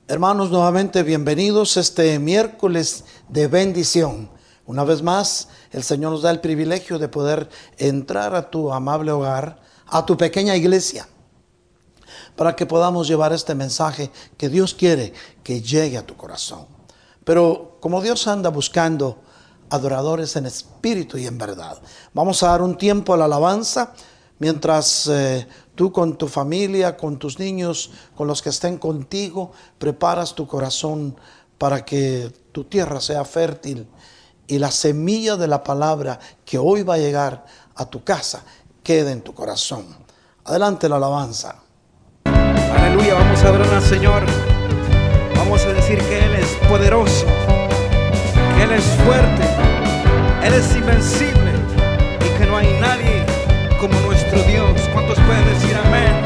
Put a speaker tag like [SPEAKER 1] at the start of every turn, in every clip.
[SPEAKER 1] Hermanos, nuevamente bienvenidos este miércoles de bendición. Una vez más, el Señor nos da el privilegio de poder entrar a tu amable hogar, a tu pequeña iglesia, para que podamos llevar este mensaje que Dios quiere que llegue a tu corazón. Pero como Dios anda buscando adoradores en espíritu y en verdad, vamos a dar un tiempo a la alabanza mientras tú con tu familia, con tus niños, con los que estén contigo, preparas tu corazón para que tu tierra sea fértil y la semilla de la palabra que hoy va a llegar a tu casa quede en tu corazón. Adelante la alabanza.
[SPEAKER 2] Aleluya, vamos a adorar al Señor. Vamos a decir que Él es poderoso, que Él es fuerte, Él es invencible y que no hay nadie como nuestro Dios. ¿Cuántos pueden decir amén?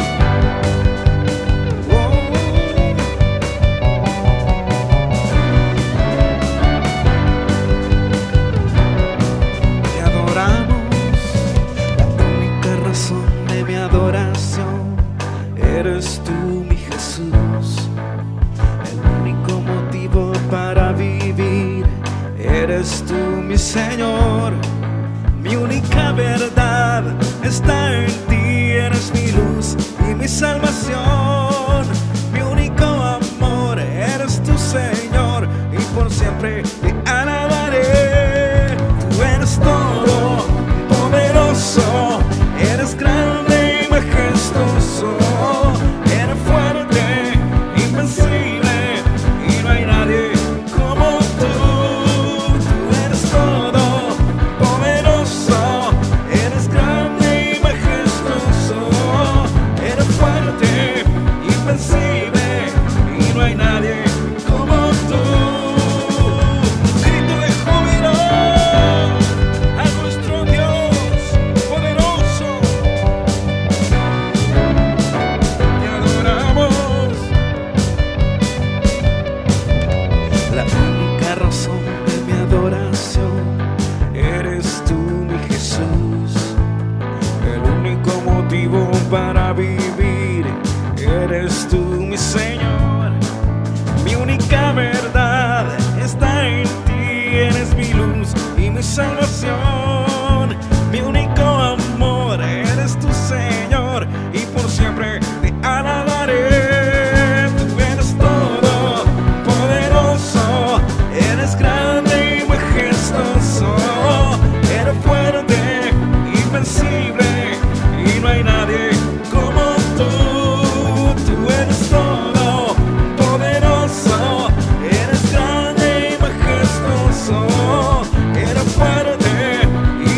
[SPEAKER 2] Te adoramos, la única razón de mi adoración eres tú, mi Jesús. El único motivo para vivir eres tú, mi Señor. Mi única verdad está en ti, eres mi luz y mi salvación. Mi único amor eres tu Señor y por siempre te alabaré. Tú eres todo poderoso, eres grande y majestuoso, eres fuerte, invencible y no hay nadie como tú. Tú eres todo poderoso, eres grande y majestuoso, eres fuerte, invencible y no hay nadie como tú. Grito de júbilo a nuestro Dios poderoso. Te adoramos. La única razón de mi adoración eres tú, mi Jesús. El único motivo para vivir eres tú, mi Señor. Mi única verdad está en ti, eres mi luz y mi salvación. Mi único amor eres tu Señor y por siempre te alabaré. Tú eres todo poderoso, eres grande y majestuoso, eres fuerte, invencible y no hay nadie como tú. Tú eres todo poderoso, eres grande y majestuoso, eres fuerte,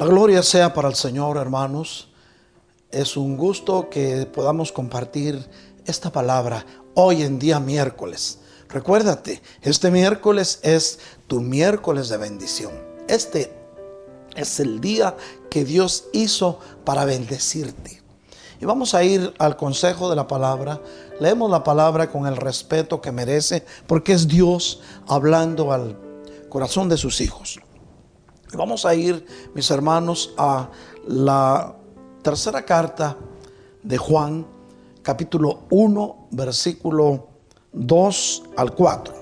[SPEAKER 1] La gloria sea para el Señor, hermanos. Es un gusto que podamos compartir esta palabra hoy en día miércoles. Recuérdate, este miércoles es tu miércoles de bendición. Este es el día que Dios hizo para bendecirte. Y vamos a ir al consejo de la palabra. Leemos la palabra con el respeto que merece, porque es Dios hablando al corazón de sus hijos. Y vamos a ir, mis hermanos, a la tercera carta de Juan, capítulo 1, versículo 2 al 4.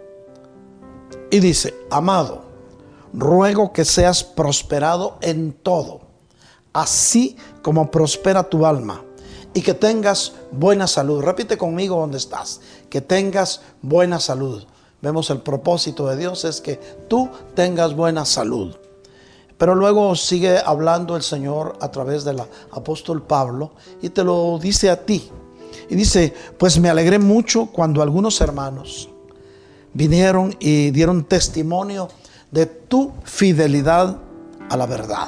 [SPEAKER 1] Y dice: amado, ruego que seas prosperado en todo, así como prospera tu alma, y que tengas buena salud. Repite conmigo donde estás: que tengas buena salud. Vemos el propósito de Dios es que tú tengas buena salud. Pero luego sigue hablando el Señor a través del apóstol Pablo y te lo dice a ti. Y dice: pues me alegré mucho cuando algunos hermanos vinieron y dieron testimonio de tu fidelidad a la verdad.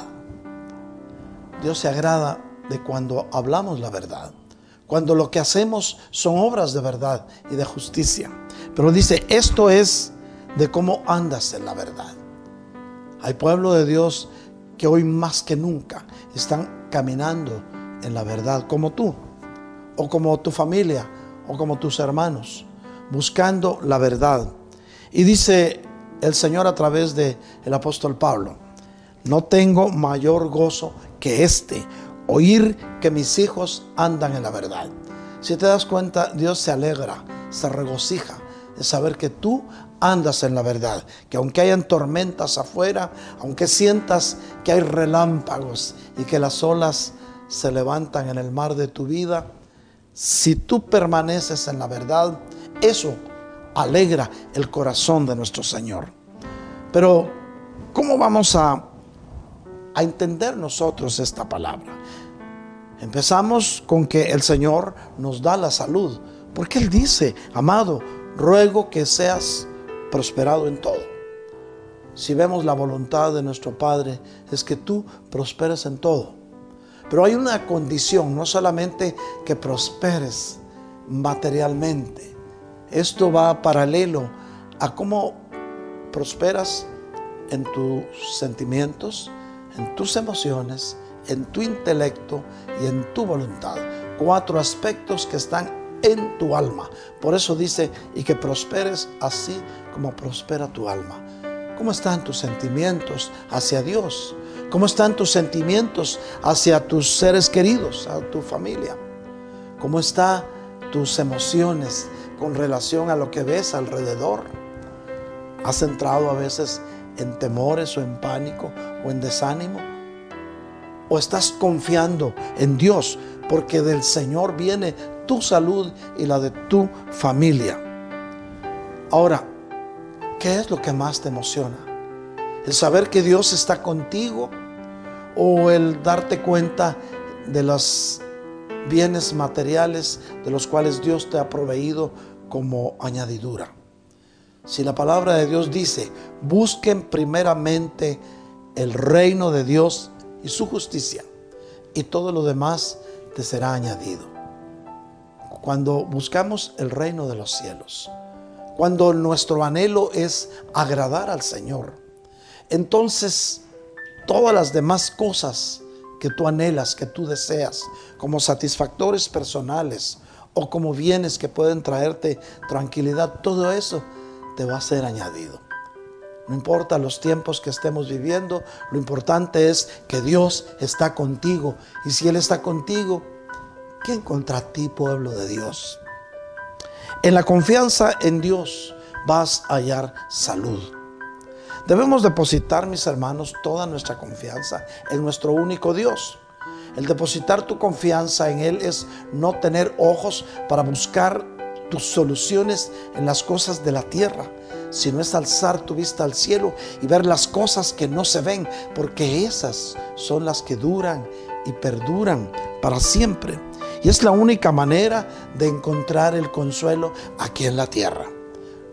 [SPEAKER 1] Dios se agrada de cuando hablamos la verdad, cuando lo que hacemos son obras de verdad y de justicia. Pero dice: esto es de cómo andas en la verdad. Hay pueblo de Dios que hoy más que nunca están caminando en la verdad, como tú, o como tu familia, o como tus hermanos, buscando la verdad. Y dice el Señor a través del apóstol Pablo: no tengo mayor gozo que este, oír que mis hijos andan en la verdad. Si te das cuenta, Dios se alegra, se regocija de saber que tú andas en la verdad, que aunque hayan tormentas afuera, aunque sientas que hay relámpagos y que las olas se levantan en el mar de tu vida, si tú permaneces en la verdad, eso alegra el corazón de nuestro Señor. Pero ¿cómo vamos a entender nosotros esta palabra? Empezamos con que el Señor nos da la salud, porque Él dice: amado, ruego que seas prosperado en todo. Si vemos la voluntad de nuestro Padre, es que tú prosperes en todo. Pero hay una condición: no solamente que prosperes materialmente. Esto va paralelo a cómo prosperas en tus sentimientos, en tus emociones, en tu intelecto y en tu voluntad. 4 aspectos que están en tu alma. Por eso dice: y que prosperes así como prospera tu alma. ¿Cómo están tus sentimientos hacia Dios? ¿Cómo están tus sentimientos hacia tus seres queridos, a tu familia? ¿Cómo están tus emociones con relación a lo que ves alrededor? ¿Has entrado a veces en temores o en pánico o en desánimo? ¿O estás confiando en Dios porque del Señor viene tu salud y la de tu familia? Ahora, ¿qué es lo que más te emociona? ¿El saber que Dios está contigo o el darte cuenta de los bienes materiales de los cuales Dios te ha proveído como añadidura? Si la palabra de Dios dice: busquen primeramente el reino de Dios y su justicia, y todo lo demás te será añadido. Cuando buscamos el reino de los cielos, cuando nuestro anhelo es agradar al Señor, entonces todas las demás cosas que tú anhelas, que tú deseas, como satisfactores personales o como bienes que pueden traerte tranquilidad, todo eso te va a ser añadido. No importa los tiempos que estemos viviendo, lo importante es que Dios está contigo. Y si Él está contigo, ¿quién contra ti, pueblo de Dios? En la confianza en Dios vas a hallar salud. Debemos depositar, mis hermanos, toda nuestra confianza en nuestro único Dios. El depositar tu confianza en Él es no tener ojos para buscar tus soluciones en las cosas de la tierra, sino es alzar tu vista al cielo y ver las cosas que no se ven, porque esas son las que duran y perduran para siempre. Y es la única manera de encontrar el consuelo aquí en la tierra.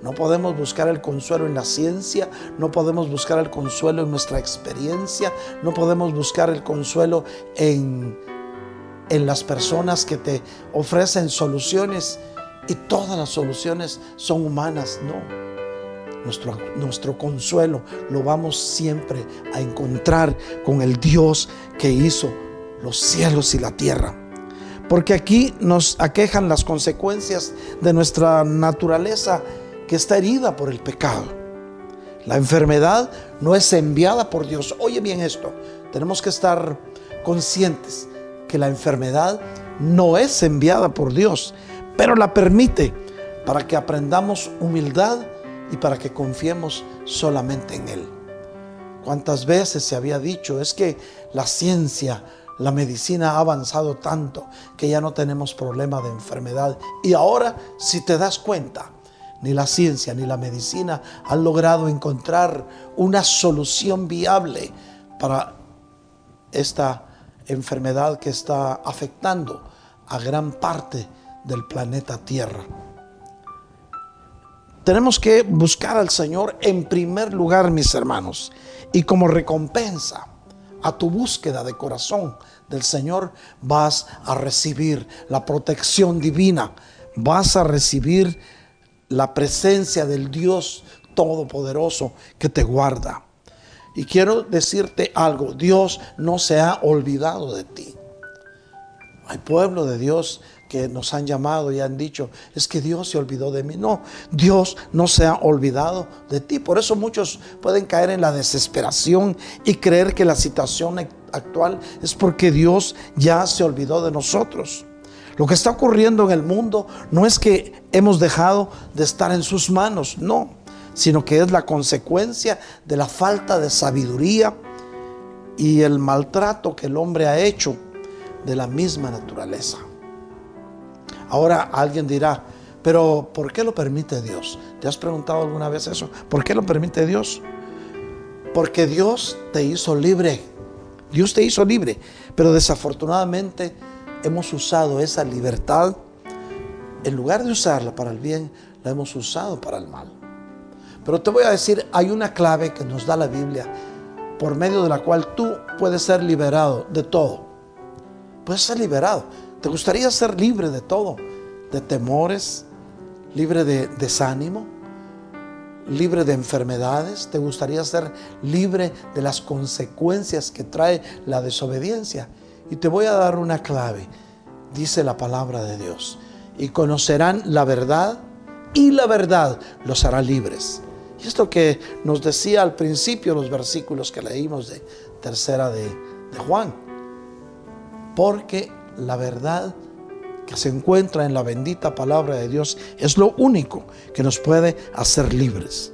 [SPEAKER 1] No podemos buscar el consuelo en la ciencia, no podemos buscar el consuelo en nuestra experiencia, no podemos buscar el consuelo en las personas que te ofrecen soluciones, y todas las soluciones son humanas. No. Nuestro consuelo lo vamos siempre a encontrar con el Dios que hizo los cielos y la tierra. Porque aquí nos aquejan las consecuencias de nuestra naturaleza que está herida por el pecado. La enfermedad no es enviada por Dios. Oye bien esto, tenemos que estar conscientes que la enfermedad no es enviada por Dios, pero la permite para que aprendamos humildad y para que confiemos solamente en Él. ¿Cuántas veces se había dicho? Es que la ciencia, la medicina ha avanzado tanto que ya no tenemos problema de enfermedad. Y ahora, si te das cuenta, ni la ciencia ni la medicina han logrado encontrar una solución viable para esta enfermedad que está afectando a gran parte del planeta Tierra. Tenemos que buscar al Señor en primer lugar, mis hermanos, y como recompensa a tu búsqueda de corazón del Señor vas a recibir la protección divina, vas a recibir la presencia del Dios Todopoderoso que te guarda. Y quiero decirte algo, Dios no se ha olvidado de ti. Hay pueblo de Dios que nos han llamado y han dicho, es que Dios se olvidó de mí. No, Dios no se ha olvidado de ti. Por eso muchos pueden caer en la desesperación y creer que la situación actual es porque Dios ya se olvidó de nosotros. Lo que está ocurriendo en el mundo no es que hemos dejado de estar en sus manos, no, sino que es la consecuencia de la falta de sabiduría y el maltrato que el hombre ha hecho de la misma naturaleza. Ahora alguien dirá, pero ¿por qué lo permite Dios? ¿Te has preguntado alguna vez eso? ¿Por qué lo permite Dios? Porque Dios te hizo libre. Dios te hizo libre, pero desafortunadamente hemos usado esa libertad, en lugar de usarla para el bien, la hemos usado para el mal. Pero te voy a decir, hay una clave que nos da la Biblia, por medio de la cual tú puedes ser liberado de todo. Puedes ser liberado. ¿Te gustaría ser libre de todo? De temores, libre de desánimo, libre de enfermedades. ¿Te gustaría ser libre de las consecuencias que trae la desobediencia? Y te voy a dar una clave. Dice la palabra de Dios: y conocerán la verdad, y la verdad los hará libres. Y esto que nos decía al principio los versículos que leímos de tercera de Juan. Porque la verdad que se encuentra en la bendita palabra de Dios es lo único que nos puede hacer libres.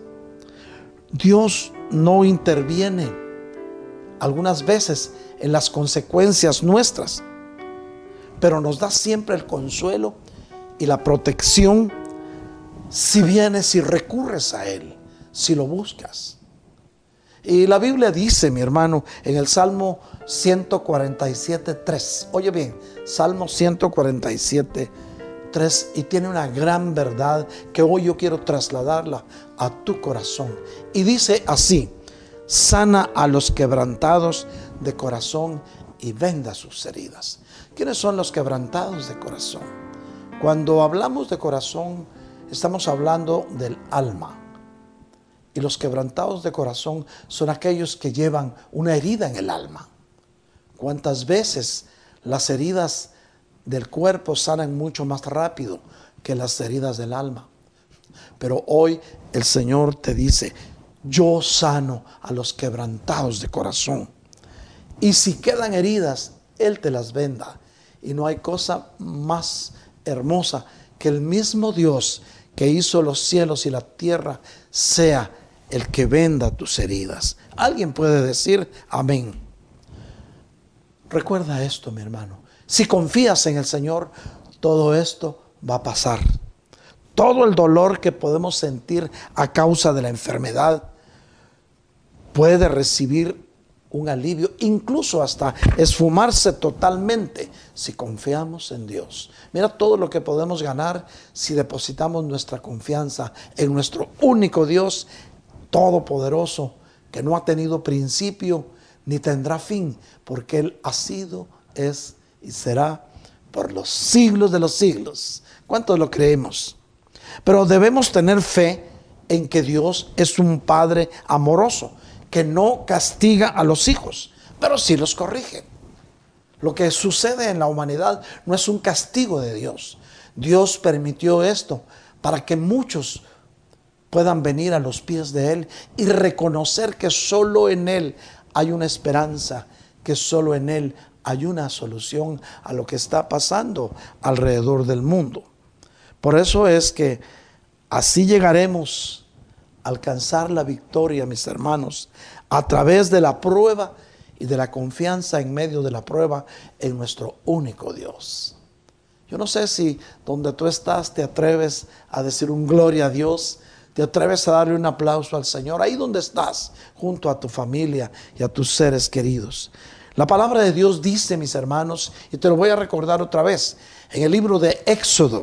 [SPEAKER 1] Dios no interviene algunas veces en las consecuencias nuestras, pero nos da siempre el consuelo y la protección si vienes y recurres a Él, si lo buscas. Y la Biblia dice, mi hermano, en el Salmo 147:3. Oye bien, Salmo 147:3, y tiene una gran verdad que hoy yo quiero trasladarla a tu corazón. Y dice así: sana a los quebrantados de corazón y venda sus heridas. ¿Quiénes son los quebrantados de corazón? Cuando hablamos de corazón, estamos hablando del alma. Y los quebrantados de corazón son aquellos que llevan una herida en el alma. ¿Cuántas veces las heridas del cuerpo sanan mucho más rápido que las heridas del alma? Pero hoy el Señor te dice: yo sano a los quebrantados de corazón. Y si quedan heridas, Él te las venda. Y no hay cosa más hermosa que el mismo Dios que hizo los cielos y la tierra sea el que venda tus heridas. Alguien puede decir amén. Recuerda esto, mi hermano. Si confías en el Señor, todo esto va a pasar. Todo el dolor que podemos sentir a causa de la enfermedad puede recibir un alivio, incluso hasta esfumarse totalmente si confiamos en Dios. Mira todo lo que podemos ganar si depositamos nuestra confianza en nuestro único Dios todopoderoso, que no ha tenido principio ni tendrá fin, porque Él ha sido, es y será por los siglos de los siglos. ¿Cuántos lo creemos? Pero debemos tener fe en que Dios es un Padre amoroso, que no castiga a los hijos, pero sí los corrige. Lo que sucede en la humanidad no es un castigo de Dios. Dios permitió esto para que muchos puedan venir a los pies de Él y reconocer que solo en Él hay una esperanza, que solo en Él hay una solución a lo que está pasando alrededor del mundo. Por eso es que así llegaremos a alcanzar la victoria, mis hermanos, a través de la prueba y de la confianza en medio de la prueba en nuestro único Dios. Yo no sé si donde tú estás te atreves a decir un gloria a Dios, te atreves a darle un aplauso al Señor, ahí donde estás, junto a tu familia y a tus seres queridos. La palabra de Dios dice, mis hermanos, y te lo voy a recordar otra vez, en el libro de Éxodo,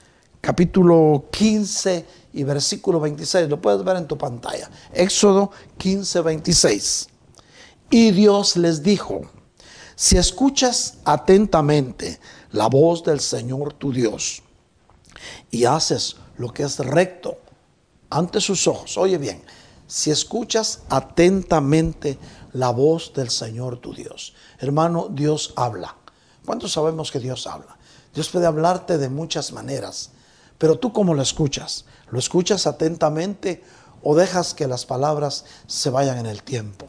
[SPEAKER 1] capítulo 15 y versículo 26, lo puedes ver en tu pantalla. Éxodo 15, 26. Y Dios les dijo: si escuchas atentamente la voz del Señor tu Dios y haces lo que es recto ante sus ojos. Oye bien, si escuchas atentamente la voz del Señor tu Dios. Hermano, Dios habla. ¿Cuántos sabemos que Dios habla? Dios puede hablarte de muchas maneras, pero tú ¿cómo lo escuchas? ¿Lo escuchas atentamente o dejas que las palabras se vayan en el tiempo?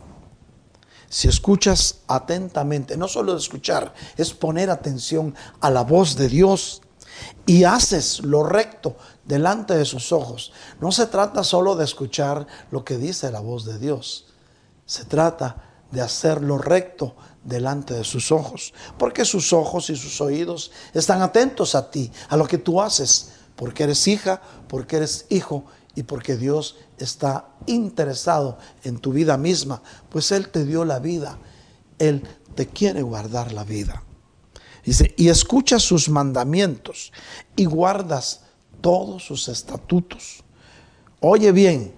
[SPEAKER 1] Si escuchas atentamente, no solo escuchar, es poner atención a la voz de Dios y haces lo recto delante de sus ojos. No se trata solo de escuchar lo que dice la voz de Dios. Se trata de hacer lo recto delante de sus ojos, porque sus ojos y sus oídos están atentos a ti, a lo que tú haces, porque eres hija, porque eres hijo y porque Dios está interesado en tu vida misma, pues Él te dio la vida, Él te quiere guardar la vida. Dice, y escuchas sus mandamientos y guardas todos sus estatutos. Oye bien,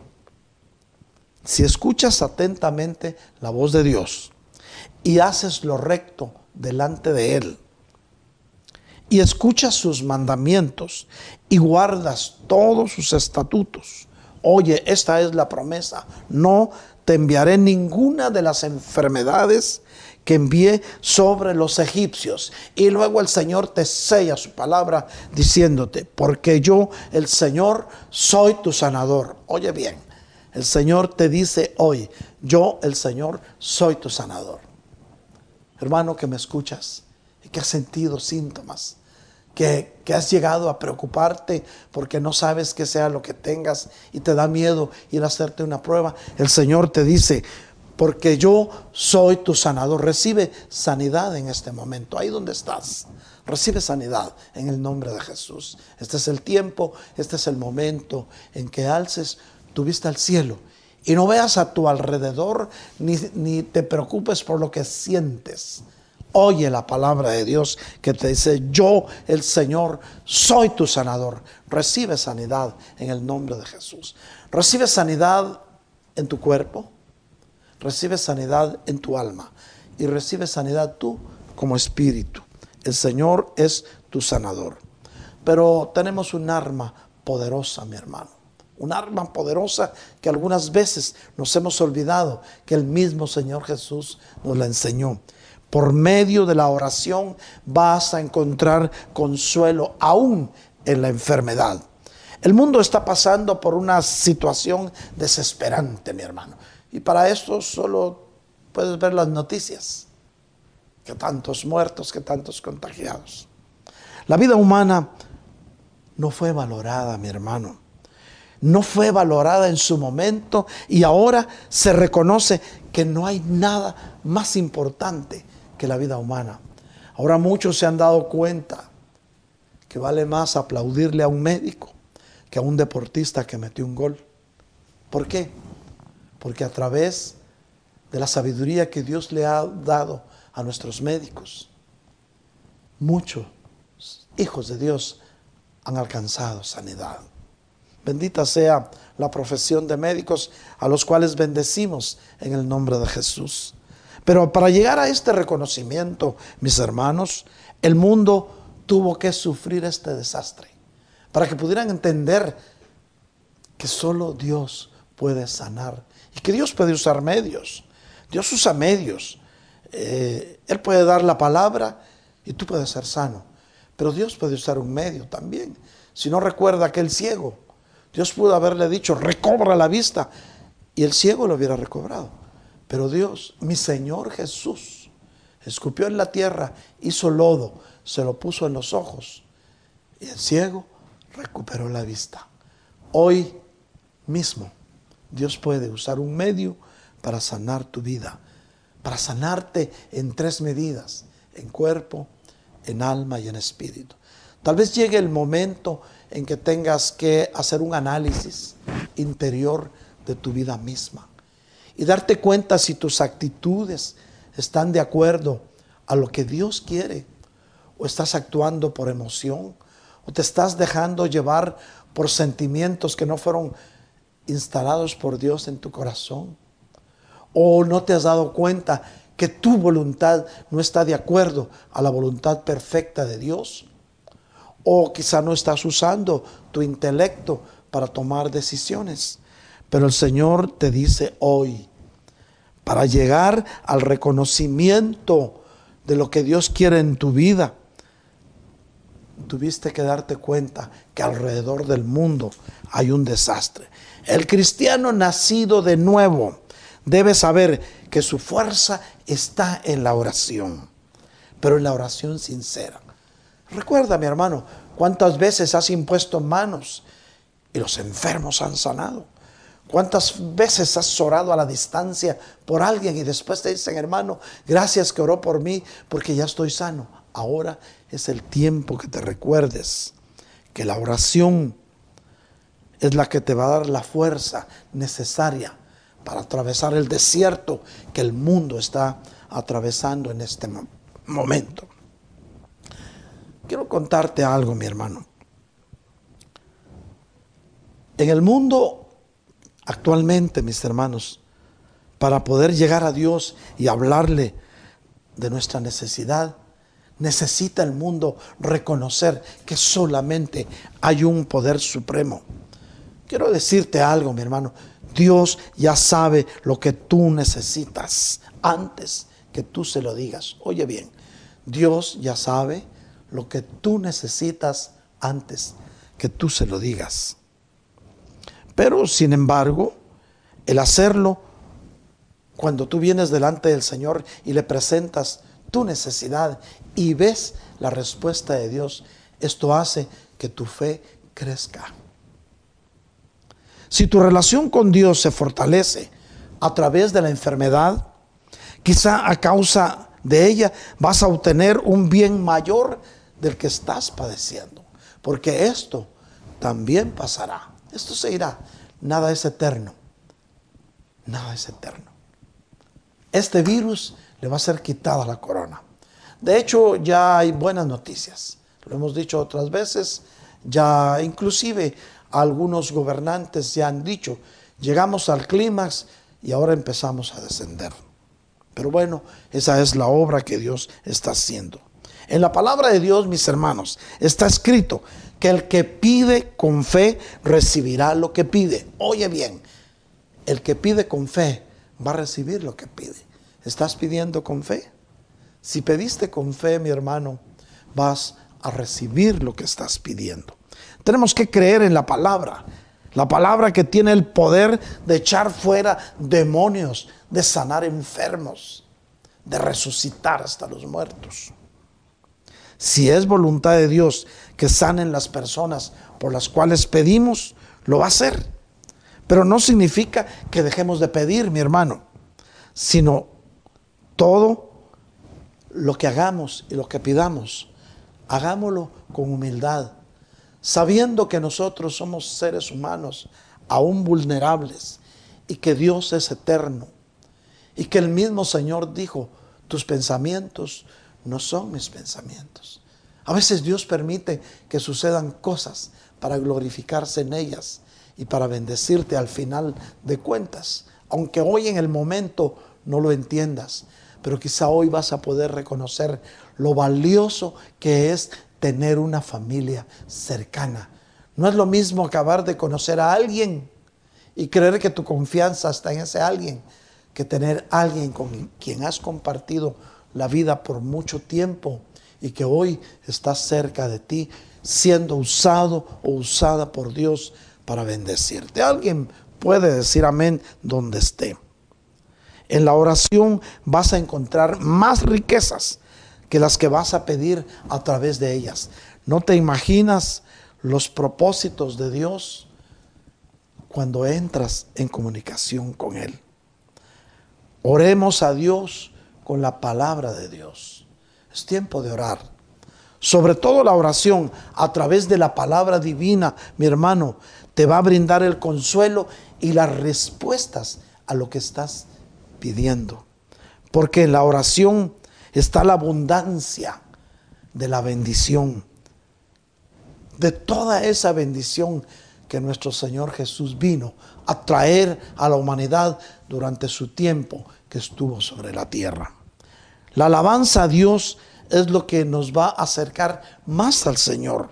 [SPEAKER 1] si escuchas atentamente la voz de Dios y haces lo recto delante de Él, y escuchas sus mandamientos y guardas todos sus estatutos. Oye, esta es la promesa: no te enviaré ninguna de las enfermedades que envié sobre los egipcios. Y luego el Señor te sella su palabra diciéndote: porque yo, el Señor, soy tu sanador. Oye bien, el Señor te dice hoy: yo, el Señor, soy tu sanador. Hermano que me escuchas y que has sentido síntomas, que has llegado a preocuparte porque no sabes qué sea lo que tengas y te da miedo ir a hacerte una prueba, el Señor te dice: porque yo soy tu sanador. Recibe sanidad en este momento, ahí donde estás. Recibe sanidad en el nombre de Jesús. Este es el tiempo, este es el momento en que alces tu vista al cielo y no veas a tu alrededor ni te preocupes por lo que sientes. Oye la palabra de Dios que te dice: yo, el Señor, soy tu sanador. Recibe sanidad en el nombre de Jesús. Recibe sanidad en tu cuerpo, recibe sanidad en tu alma y recibe sanidad tú como espíritu. El Señor es tu sanador. Pero tenemos un arma poderosa, mi hermano. Un arma poderosa que algunas veces nos hemos olvidado que el mismo Señor Jesús nos la enseñó. Por medio de la oración vas a encontrar consuelo aún en la enfermedad. El mundo está pasando por una situación desesperante, mi hermano. Y para esto solo puedes ver las noticias. Que tantos muertos, que tantos contagiados. La vida humana no fue valorada, mi hermano. No fue valorada en su momento y ahora se reconoce que no hay nada más importante que la vida humana. Ahora muchos se han dado cuenta que vale más aplaudirle a un médico que a un deportista que metió un gol. ¿Por qué? Porque a través de la sabiduría que Dios le ha dado a nuestros médicos, muchos hijos de Dios han alcanzado sanidad. Bendita sea la profesión de médicos a los cuales bendecimos en el nombre de Jesús. Pero para llegar a este reconocimiento, mis hermanos, el mundo tuvo que sufrir este desastre para que pudieran entender que solo Dios puede sanar y que Dios puede usar medios. Dios usa medios. Él puede dar la palabra y tú puedes ser sano. Pero Dios puede usar un medio también. Si no, recuerda aquel ciego. Dios pudo haberle dicho, recobra la vista, y el ciego lo hubiera recobrado. Pero Dios, mi Señor Jesús, escupió en la tierra, hizo lodo, se lo puso en los ojos, y el ciego recuperó la vista. Hoy mismo Dios puede usar un medio para sanar tu vida, para sanarte en 3 medidas: en cuerpo, en alma y en espíritu. Tal vez llegue el momento en que tengas que hacer un análisis interior de tu vida misma y darte cuenta si tus actitudes están de acuerdo a lo que Dios quiere, o estás actuando por emoción, o te estás dejando llevar por sentimientos que no fueron instalados por Dios en tu corazón, o no te has dado cuenta que tu voluntad no está de acuerdo a la voluntad perfecta de Dios. O quizá no estás usando tu intelecto para tomar decisiones. Pero el Señor te dice hoy, para llegar al reconocimiento de lo que Dios quiere en tu vida, tuviste que darte cuenta que alrededor del mundo hay un desastre. El cristiano nacido de nuevo debe saber que su fuerza está en la oración, pero en la oración sincera. Recuerda, mi hermano, cuántas veces has impuesto manos y los enfermos han sanado. Cuántas veces has orado a la distancia por alguien y después te dicen, hermano, gracias que oró por mí porque ya estoy sano. Ahora es el tiempo que te recuerdes que la oración es la que te va a dar la fuerza necesaria para atravesar el desierto que el mundo está atravesando en este momento. Quiero contarte algo, mi hermano. En el mundo actualmente, mis hermanos, para poder llegar a Dios y hablarle de nuestra necesidad, necesita el mundo reconocer que solamente hay un poder supremo. Quiero decirte algo, mi hermano. Dios ya sabe lo que tú necesitas antes que tú se lo digas. Oye bien, Dios ya sabe lo que tú necesitas antes que tú se lo digas. Pero sin embargo, el hacerlo cuando tú vienes delante del Señor y le presentas tu necesidad y ves la respuesta de Dios, esto hace que tu fe crezca. Si tu relación con Dios se fortalece a través de la enfermedad, quizá a causa de ella vas a obtener un bien mayor del que estás padeciendo, porque esto también pasará. Esto se irá. Nada es eterno. Nada es eterno. Este virus le va a ser quitada la corona. De hecho, ya hay buenas noticias. Lo hemos dicho otras veces. Ya inclusive algunos gobernantes ya han dicho, llegamos al clímax y ahora empezamos a descender. Pero bueno, esa es la obra que Dios está haciendo. En la palabra de Dios, mis hermanos, está escrito que el que pide con fe recibirá lo que pide. Oye bien, el que pide con fe va a recibir lo que pide. ¿Estás pidiendo con fe? Si pediste con fe, mi hermano, vas a recibir lo que estás pidiendo. Tenemos que creer en la palabra que tiene el poder de echar fuera demonios, de sanar enfermos, de resucitar hasta los muertos. Si es voluntad de Dios que sanen las personas por las cuales pedimos, lo va a hacer. Pero no significa que dejemos de pedir, mi hermano, sino todo lo que hagamos y lo que pidamos, hagámoslo con humildad, sabiendo que nosotros somos seres humanos aún vulnerables y que Dios es eterno Y que el mismo Señor dijo, tus pensamientos no son mis pensamientos. A veces Dios permite que sucedan cosas para glorificarse en ellas y para bendecirte al final de cuentas. Aunque hoy en el momento no lo entiendas, pero quizá hoy vas a poder reconocer lo valioso que es tener una familia cercana. No es lo mismo acabar de conocer a alguien y creer que tu confianza está en ese alguien, que tener a alguien con quien has compartido la vida por mucho tiempo y que hoy está cerca de ti, siendo usado o usada por Dios para bendecirte. Alguien puede decir amén donde esté. En la oración vas a encontrar más riquezas que las que vas a pedir a través de ellas. ¿No te imaginas los propósitos de Dios cuando entras en comunicación con Él? Oremos a Dios con la palabra de Dios. Es tiempo de orar. Sobre todo la oración a través de la palabra divina, mi hermano, te va a brindar el consuelo y las respuestas a lo que estás pidiendo. Porque en la oración está la abundancia de la bendición, de toda esa bendición que nuestro Señor Jesús vino a traer a la humanidad durante su tiempo que estuvo sobre la tierra. La alabanza a Dios es lo que nos va a acercar más al Señor.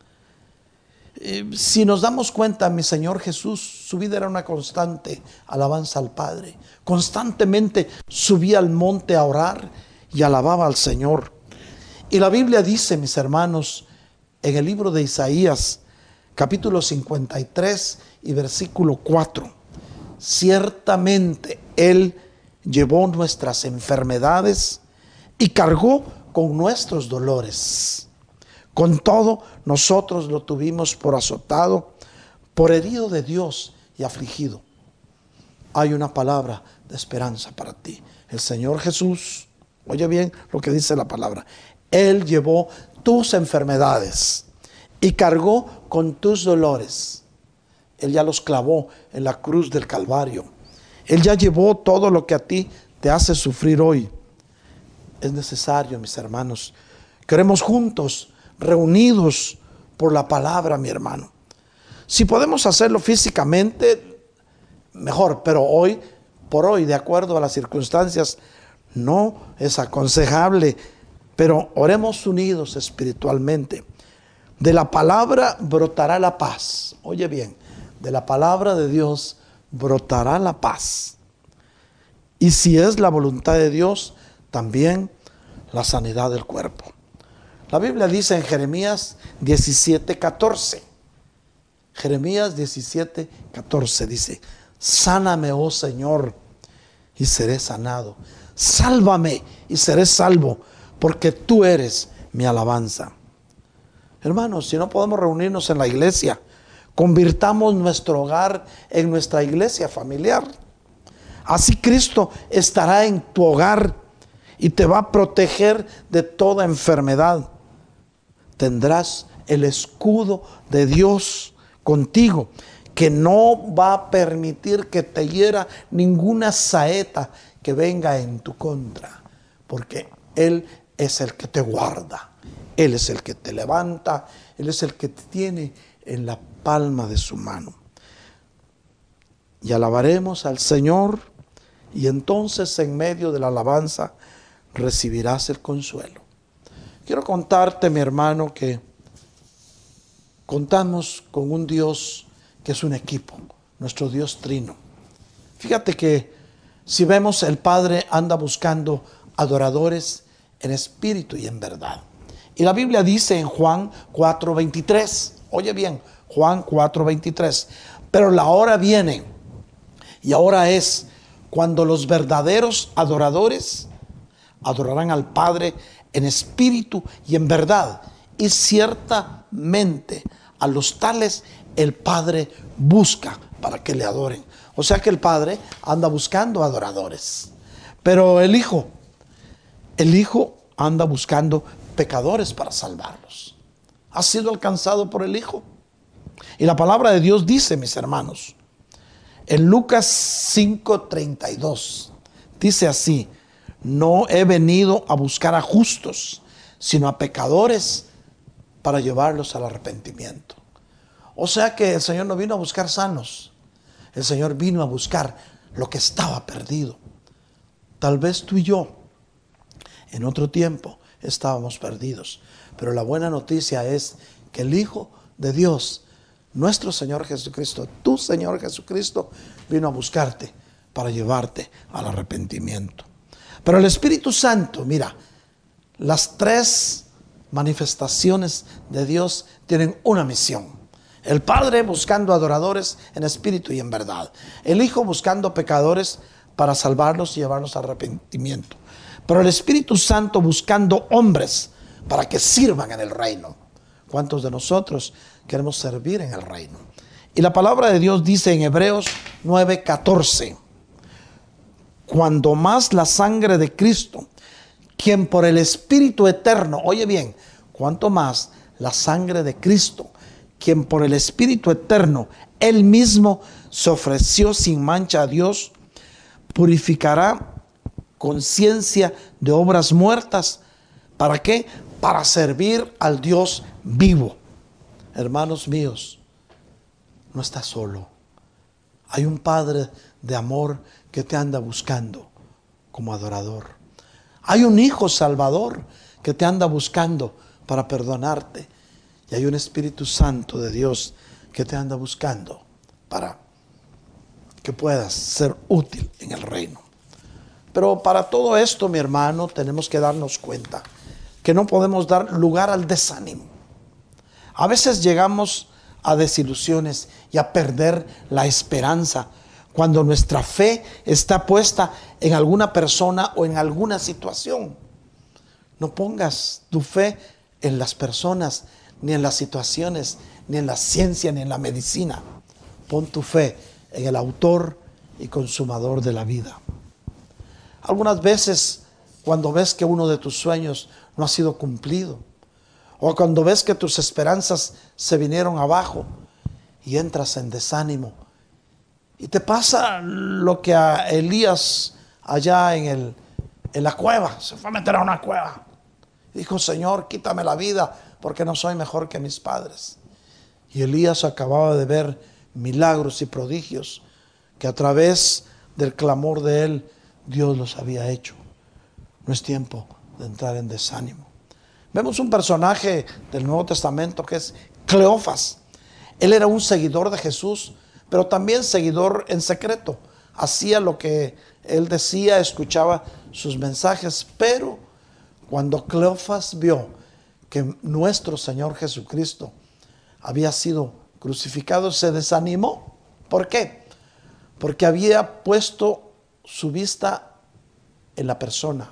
[SPEAKER 1] Si nos damos cuenta, mi Señor Jesús, su vida era una constante alabanza al Padre. Constantemente subía al monte a orar y alababa al Señor. Y la Biblia dice, mis hermanos, en el libro de Isaías, capítulo 53 y versículo 4, ciertamente Él llevó nuestras enfermedades y cargó con nuestros dolores. Con todo, nosotros lo tuvimos por azotado, por herido de Dios y afligido. Hay una palabra de esperanza para ti. El Señor Jesús, oye bien lo que dice la palabra, Él llevó tus enfermedades y cargó con tus dolores. Él ya los clavó en la cruz del Calvario. Él ya llevó todo lo que a ti te hace sufrir hoy. Es necesario, mis hermanos, queremos juntos, reunidos por la palabra, mi hermano. Si podemos hacerlo físicamente, mejor, pero por hoy, de acuerdo a las circunstancias, no es aconsejable, pero oremos unidos espiritualmente. De la palabra brotará la paz. Oye bien, de la palabra de Dios brotará la paz. Y si es la voluntad de Dios, también la sanidad del cuerpo. La Biblia dice en Jeremías 17:14. Jeremías 17:14 dice: sáname, oh Señor, y seré sanado. Sálvame y seré salvo, porque tú eres mi alabanza. Hermanos, si no podemos reunirnos en la iglesia, convirtamos nuestro hogar en nuestra iglesia familiar. Así Cristo estará en tu hogar y te va a proteger de toda enfermedad. Tendrás el escudo de Dios contigo, que no va a permitir que te hiera ninguna saeta que venga en tu contra, porque Él es el que te guarda, Él es el que te levanta, Él es el que te tiene en la palma de su mano. Y alabaremos al Señor, y entonces en medio de la alabanza recibirás el consuelo. Quiero contarte, mi hermano, que contamos con un Dios que es un equipo, nuestro Dios trino. Fíjate que si vemos, el Padre anda buscando adoradores en espíritu y en verdad. Y la Biblia dice en Juan 4:23, oye bien, Juan 4:23, pero la hora viene, y ahora es, cuando los verdaderos adoradores adorarán al Padre en espíritu y en verdad. Y ciertamente a los tales el Padre busca para que le adoren. O sea que el Padre anda buscando adoradores. Pero el Hijo anda buscando pecadores para salvarlos. ¿Has sido alcanzado por el Hijo? Y la palabra de Dios dice, mis hermanos, en Lucas 5:32, Dice así: no he venido a buscar a justos, sino a pecadores para llevarlos al arrepentimiento. O sea que el Señor no vino a buscar sanos. El Señor vino a buscar lo que estaba perdido. Tal vez tú y yo en otro tiempo estábamos perdidos, pero la buena noticia es que el Hijo de Dios, nuestro Señor Jesucristo, tu Señor Jesucristo, vino a buscarte para llevarte al arrepentimiento. Pero el Espíritu Santo, mira, las tres manifestaciones de Dios tienen una misión. El Padre buscando adoradores en espíritu y en verdad. El Hijo buscando pecadores para salvarlos y llevarlos al arrepentimiento. Pero el Espíritu Santo buscando hombres para que sirvan en el reino. ¿Cuántos de nosotros queremos servir en el reino? Y la palabra de Dios dice en Hebreos 9:14: cuando más la sangre de Cristo, quien por el Espíritu eterno, oye bien, cuanto más la sangre de Cristo, quien por el Espíritu eterno, Él mismo se ofreció sin mancha a Dios, purificará conciencia de obras muertas. ¿Para qué? Para servir al Dios vivo. Hermanos míos, no estás solo. Hay un Padre de amor que te anda buscando como adorador. Hay un Hijo Salvador que te anda buscando para perdonarte. Y hay un Espíritu Santo de Dios que te anda buscando para que puedas ser útil en el reino. Pero para todo esto, mi hermano, tenemos que darnos cuenta que no podemos dar lugar al desánimo. A veces llegamos a desilusiones y a perder la esperanza cuando nuestra fe está puesta en alguna persona o en alguna situación. No pongas tu fe en las personas, ni en las situaciones, ni en la ciencia, ni en la medicina. Pon tu fe en el autor y consumador de la vida. Algunas veces, cuando ves que uno de tus sueños no ha sido cumplido, o cuando ves que tus esperanzas se vinieron abajo y entras en desánimo, y te pasa lo que a Elías allá en la cueva, se fue a meter a una cueva. Dijo: Señor, quítame la vida porque no soy mejor que mis padres. Y Elías acababa de ver milagros y prodigios que a través del clamor de él, Dios los había hecho. No es tiempo de entrar en desánimo. Vemos un personaje del Nuevo Testamento que es Cleofas. Él era un seguidor de Jesús, pero también seguidor en secreto. Hacía lo que él decía, escuchaba sus mensajes, pero cuando Cleofas vio que nuestro Señor Jesucristo había sido crucificado, se desanimó. ¿Por qué? Porque había puesto su vista en la persona.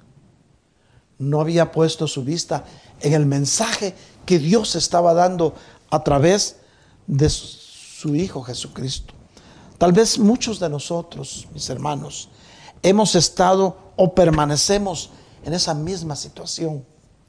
[SPEAKER 1] No había puesto su vista en el mensaje que Dios estaba dando a través de su Hijo Jesucristo. Tal vez muchos de nosotros, mis hermanos, hemos estado o permanecemos en esa misma situación.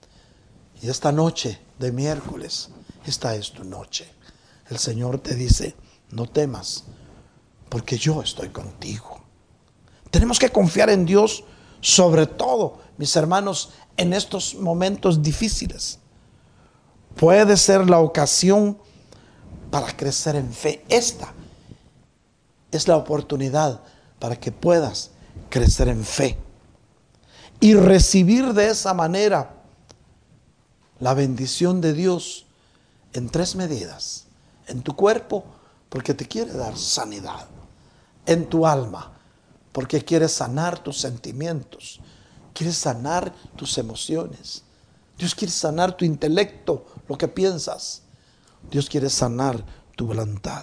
[SPEAKER 1] Y esta noche de miércoles, esta es tu noche. El Señor te dice: no temas, porque yo estoy contigo. Tenemos que confiar en Dios, sobre todo, mis hermanos, en estos momentos difíciles. Puede ser la ocasión para crecer en fe. Esta es la oportunidad para que puedas crecer en fe y recibir de esa manera la bendición de Dios en tres medidas: en tu cuerpo, porque te quiere dar sanidad; en tu alma, porque quiere sanar tus sentimientos, quiere sanar tus emociones. Dios quiere sanar tu intelecto, lo que piensas. Dios quiere sanar tu voluntad.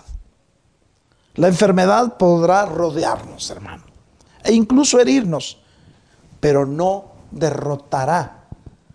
[SPEAKER 1] La enfermedad podrá rodearnos, hermano, e incluso herirnos, pero no derrotará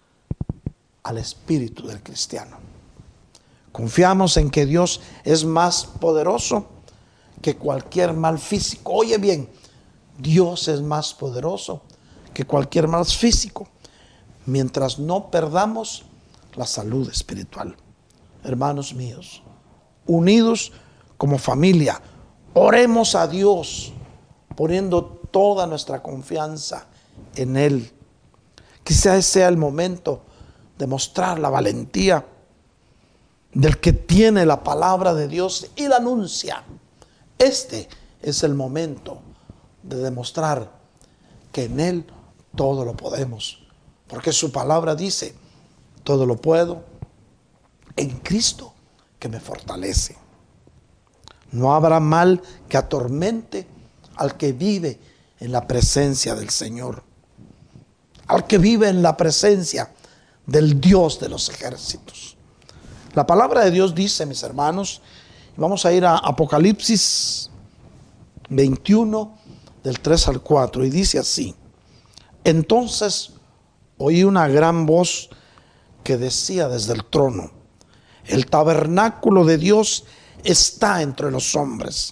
[SPEAKER 1] al espíritu del cristiano. Confiamos en que Dios es más poderoso que cualquier mal físico. Oye bien, Dios es más poderoso que cualquier mal físico, mientras no perdamos la salud espiritual. Hermanos míos, unidos como familia, oremos a Dios, poniendo toda nuestra confianza en Él. Quizás sea el momento de mostrar la valentía del que tiene la palabra de Dios y la anuncia. Este es el momento de demostrar que en Él todo lo podemos, porque su palabra dice: todo lo puedo en Cristo que me fortalece. No habrá mal que atormente al que vive en la presencia del Señor, al que vive en la presencia del Dios de los ejércitos. La palabra de Dios dice, mis hermanos, vamos a ir a Apocalipsis 21, del 3 al 4, y dice así: entonces oí una gran voz que decía desde el trono: el tabernáculo de Dios está entre los hombres,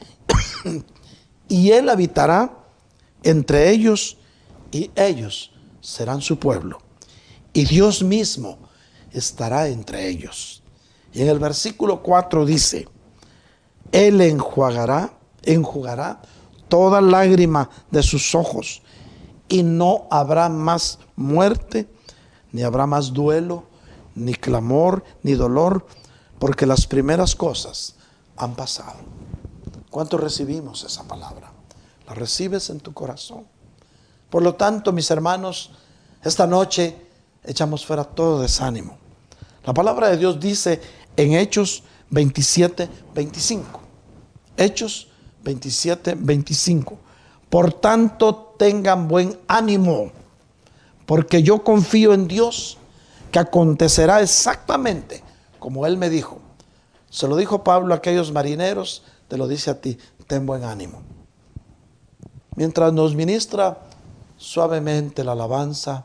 [SPEAKER 1] y Él habitará entre ellos, y ellos serán su pueblo, y Dios mismo estará entre ellos. Y en el versículo 4 dice: Él enjugará toda lágrima de sus ojos, y no habrá más muerte, ni habrá más duelo, ni clamor, ni dolor, porque las primeras cosas han pasado. ¿Cuánto recibimos esa palabra? ¿La recibes en tu corazón? Por lo tanto, mis hermanos, esta noche echamos fuera todo desánimo. La palabra de Dios dice en Hechos 27, 25. Hechos 27, 25. Por tanto, tengan buen ánimo, porque yo confío en Dios, que acontecerá exactamente como Él me dijo. Se lo dijo Pablo a aquellos marineros, te lo dice a ti: ten buen ánimo. Mientras nos ministra suavemente la alabanza,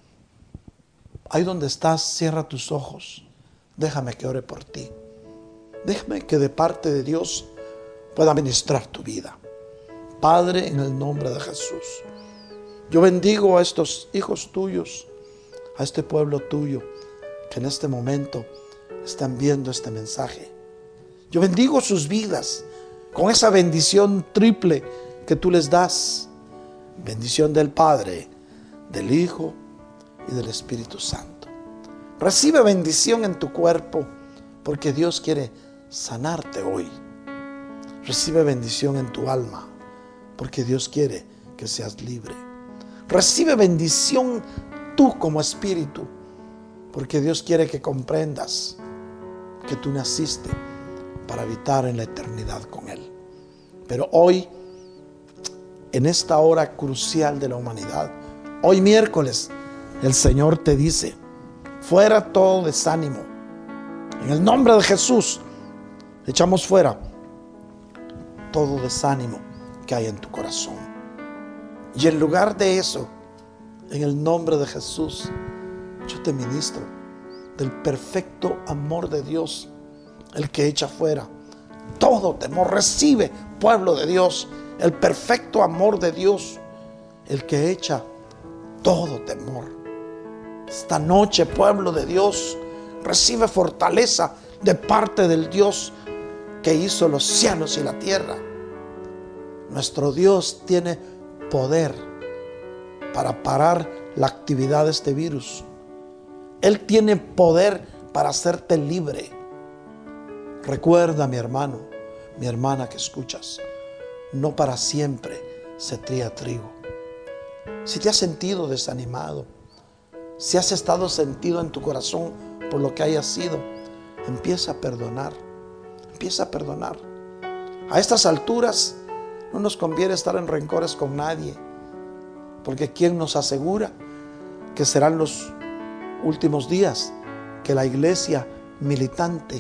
[SPEAKER 1] ahí donde estás, cierra tus ojos. Déjame que ore por ti. Déjame que de parte de Dios pueda ministrar tu vida. Padre, en el nombre de Jesús, yo bendigo a estos hijos tuyos, a este pueblo tuyo, que en este momento están viendo este mensaje. Yo bendigo sus vidas con esa bendición triple que tú les das. Bendición del Padre, del Hijo y del Espíritu Santo. Recibe bendición en tu cuerpo, porque Dios quiere sanarte hoy. Recibe bendición en tu alma, porque Dios quiere que seas libre. Recibe bendición tú como espíritu, porque Dios quiere que comprendas que tú naciste para habitar en la eternidad con Él. Pero hoy, en esta hora crucial de la humanidad, hoy miércoles, el Señor te dice: fuera todo desánimo. En el nombre de Jesús, echamos fuera todo desánimo que hay en tu corazón. Y en lugar de eso, en el nombre de Jesús, yo te ministro del perfecto amor de Dios, el que echa fuera todo temor. Recibe, pueblo de Dios, el perfecto amor de Dios, el que echa todo temor. Esta noche, pueblo de Dios, recibe fortaleza de parte del Dios que hizo los cielos y la tierra. Nuestro Dios tiene poder para parar la actividad de este virus. Él tiene poder para hacerte libre. Recuerda, mi hermano, mi hermana que escuchas, no para siempre se trilla trigo. Si te has sentido desanimado, si has estado sentido en tu corazón por lo que haya sido, empieza a perdonar. Empieza a perdonar. A estas alturas no nos conviene estar en rencores con nadie, porque ¿quién nos asegura que serán los últimos días que la iglesia militante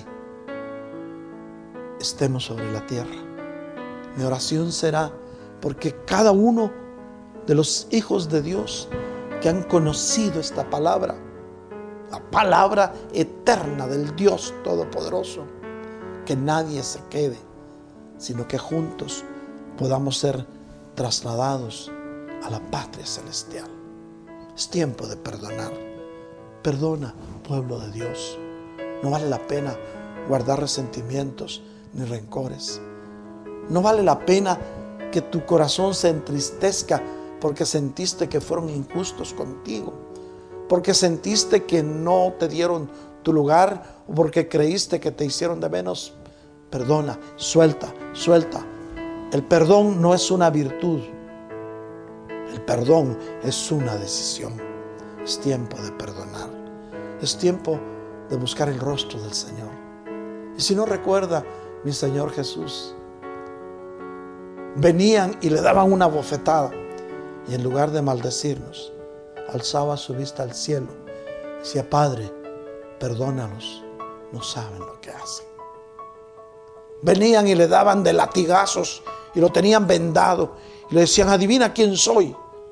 [SPEAKER 1] estemos sobre la tierra? Mi oración será porque cada uno de los hijos de Dios que han conocido esta palabra, la palabra eterna del Dios Todopoderoso, que nadie se quede, sino que juntos podamos ser trasladados a la patria celestial. Es tiempo de perdonar. Perdona, pueblo de Dios. No vale la pena guardar resentimientos ni rencores. No vale la pena que tu corazón se entristezca porque sentiste que fueron injustos contigo, porque sentiste que no te dieron tu lugar o porque creíste que te hicieron de menos. Perdona, suelta. El perdón no es una virtud. El perdón es una decisión. Es tiempo de perdonar. Es tiempo de buscar el rostro del Señor. Y si no recuerda, mi Señor Jesús, venían y le daban una bofetada, y en lugar de maldecirnos, alzaba su vista al cielo y decía: Padre, perdónalos, no saben lo que hacen. Venían y le daban de latigazos y lo tenían vendado y le decían: adivina quién soy.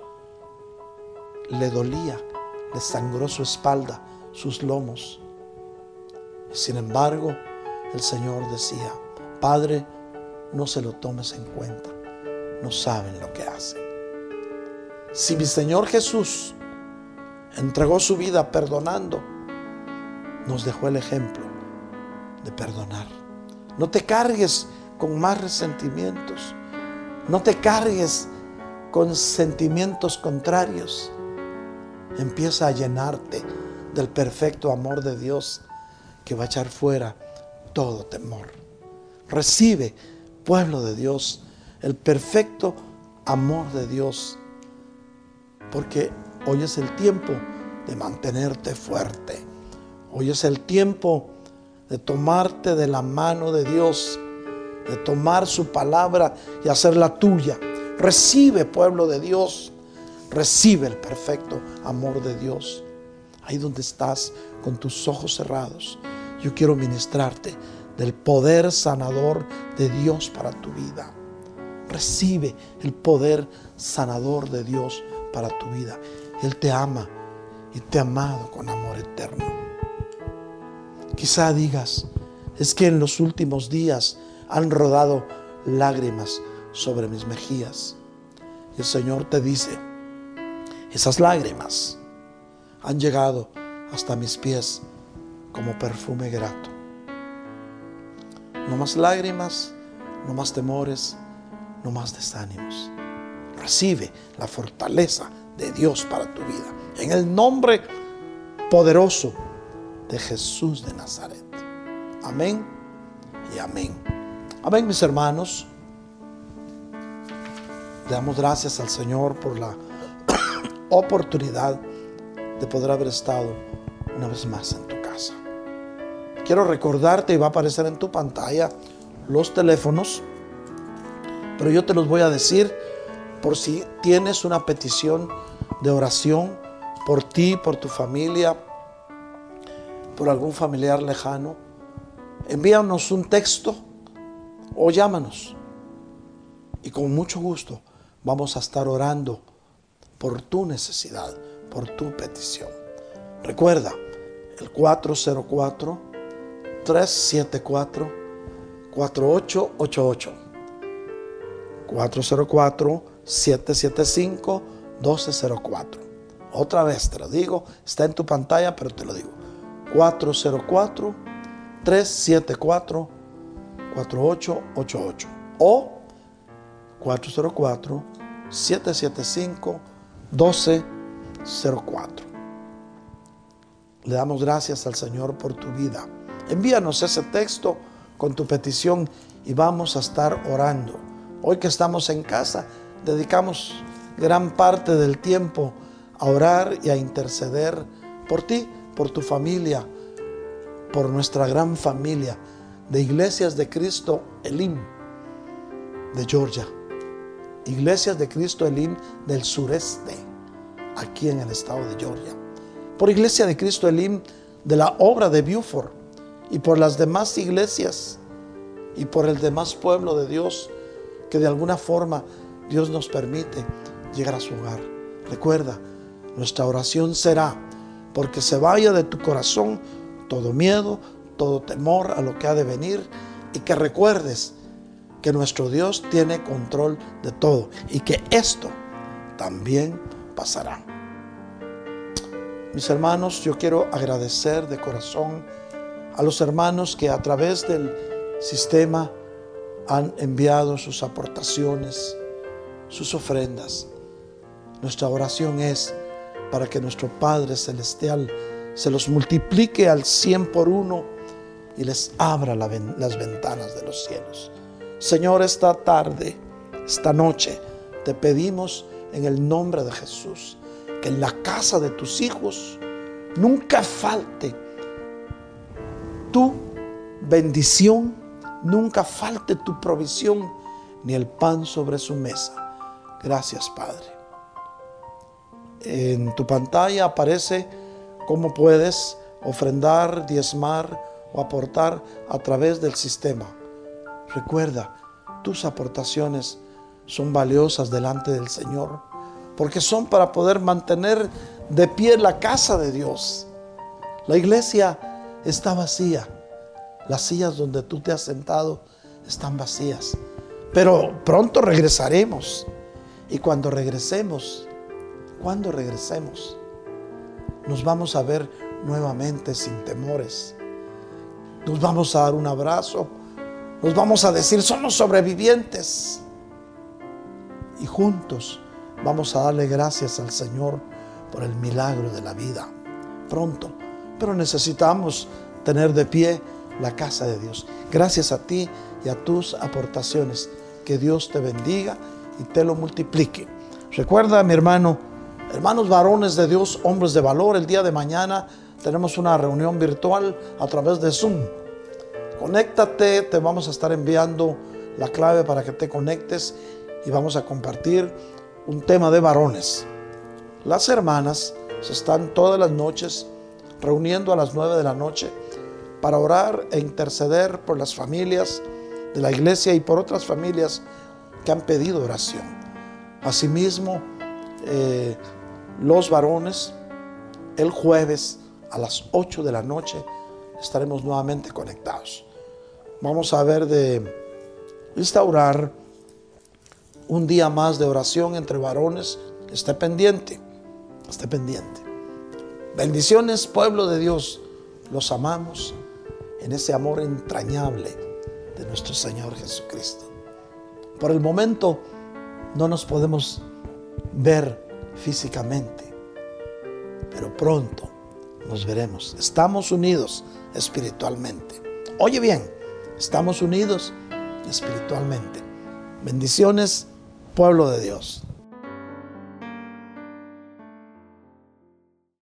[SPEAKER 1] Le dolía, le sangró su espalda, sus lomos. Y sin embargo, el Señor decía: Padre, no se lo tomes en cuenta, no saben lo que hacen. Si mi Señor Jesús entregó su vida perdonando, nos dejó el ejemplo de perdonar. No te cargues con más resentimientos, no te cargues con sentimientos contrarios. Empieza a llenarte del perfecto amor de Dios que va a echar fuera todo temor. Recibe, pueblo de Dios, el perfecto amor de Dios, porque hoy es el tiempo de mantenerte fuerte. Hoy es el tiempo de tomarte de la mano de Dios, de tomar su palabra y hacerla tuya. Recibe, pueblo de Dios, recibe el perfecto amor de Dios. Ahí donde estás, con tus ojos cerrados, yo quiero ministrarte del poder sanador de Dios para tu vida. Recibe el poder sanador de Dios para tu vida. Él te ama y te ha amado con amor eterno. Quizá digas: es que en los últimos días han rodado lágrimas sobre mis mejillas. Y el Señor te dice: esas lágrimas han llegado hasta mis pies como perfume grato. No más lágrimas, no más temores, no más desánimos. Recibe la fortaleza de Dios para tu vida, en el nombre poderoso de Jesús de Nazaret. Amén y amén. Amén, mis hermanos. Le damos gracias al Señor por la oportunidad de poder haber estado una vez más en tu casa. Quiero recordarte, y va a aparecer en tu pantalla los teléfonos, pero yo te los voy a decir por si tienes una petición de oración por ti, por tu familia, por algún familiar lejano. Envíanos un texto o llámanos y con mucho gusto vamos a estar orando por tu necesidad, por tu petición. Recuerda el 404-374-4888. 404-775-1204. Otra vez te lo digo, está en tu pantalla, pero te lo digo. 404-374-4888 o 404-775-1204. Le damos gracias al Señor por tu vida. Envíanos ese texto con tu petición y vamos a estar orando. Hoy que estamos en casa, dedicamos gran parte del tiempo a orar y a interceder por ti, por tu familia, por nuestra gran familia de Iglesias de Cristo Elim de Georgia, Iglesias de Cristo Elim del sureste, aquí en el estado de Georgia, por Iglesia de Cristo Elim de la obra de Beaufort y por las demás iglesias y por el demás pueblo de Dios que de alguna forma Dios nos permite llegar a su hogar. Recuerda, nuestra oración será porque se vaya de tu corazón todo miedo, todo temor a lo que ha de venir, y que recuerdes que nuestro Dios tiene control de todo y que esto también pasará. Mis hermanos, yo quiero agradecer de corazón a los hermanos que a través del sistema han enviado sus aportaciones sus ofrendas. Nuestra oración es para que nuestro Padre Celestial se los multiplique al 100 por 1 y les abra las ventanas de los cielos. Señor, esta tarde, esta noche, te pedimos en el nombre de Jesús que en la casa de tus hijos nunca falte tu bendición, nunca falte tu provisión, ni el pan sobre su mesa. Gracias, Padre. En tu pantalla aparece cómo puedes ofrendar, diezmar o aportar a través del sistema. Recuerda, tus aportaciones son valiosas delante del Señor, porque son para poder mantener de pie la casa de Dios. La iglesia está vacía. Las sillas donde tú te has sentado están vacías. Pero pronto regresaremos. Y cuando regresemos, nos vamos a ver nuevamente sin temores. Nos vamos a dar un abrazo. Nos vamos a decir, somos sobrevivientes. Y juntos vamos a darle gracias al Señor por el milagro de la vida. Pronto. Pero necesitamos tener de pie la casa de Dios. Gracias a ti y a tus aportaciones. Que Dios te bendiga y te lo multiplique. Recuerda, mi hermano, hermanos varones de Dios, hombres de valor, el día de mañana tenemos una reunión virtual a través de Zoom. Conéctate, te vamos a estar enviando la clave para que te conectes y vamos a compartir un tema de varones. Las hermanas se están todas las noches reuniendo a las 9 de la noche para orar e interceder por las familias de la iglesia y por otras familias que han pedido oración. Asimismo, los varones, el jueves a las 8 de la noche estaremos nuevamente conectados. Vamos a ver de instaurar un día más de oración entre varones. Esté pendiente. Bendiciones, pueblo de Dios. Los amamos en ese amor entrañable de nuestro Señor Jesucristo. Por el momento no nos podemos ver físicamente, pero pronto nos veremos. Estamos unidos espiritualmente. Oye bien, estamos unidos espiritualmente. Bendiciones, pueblo de Dios.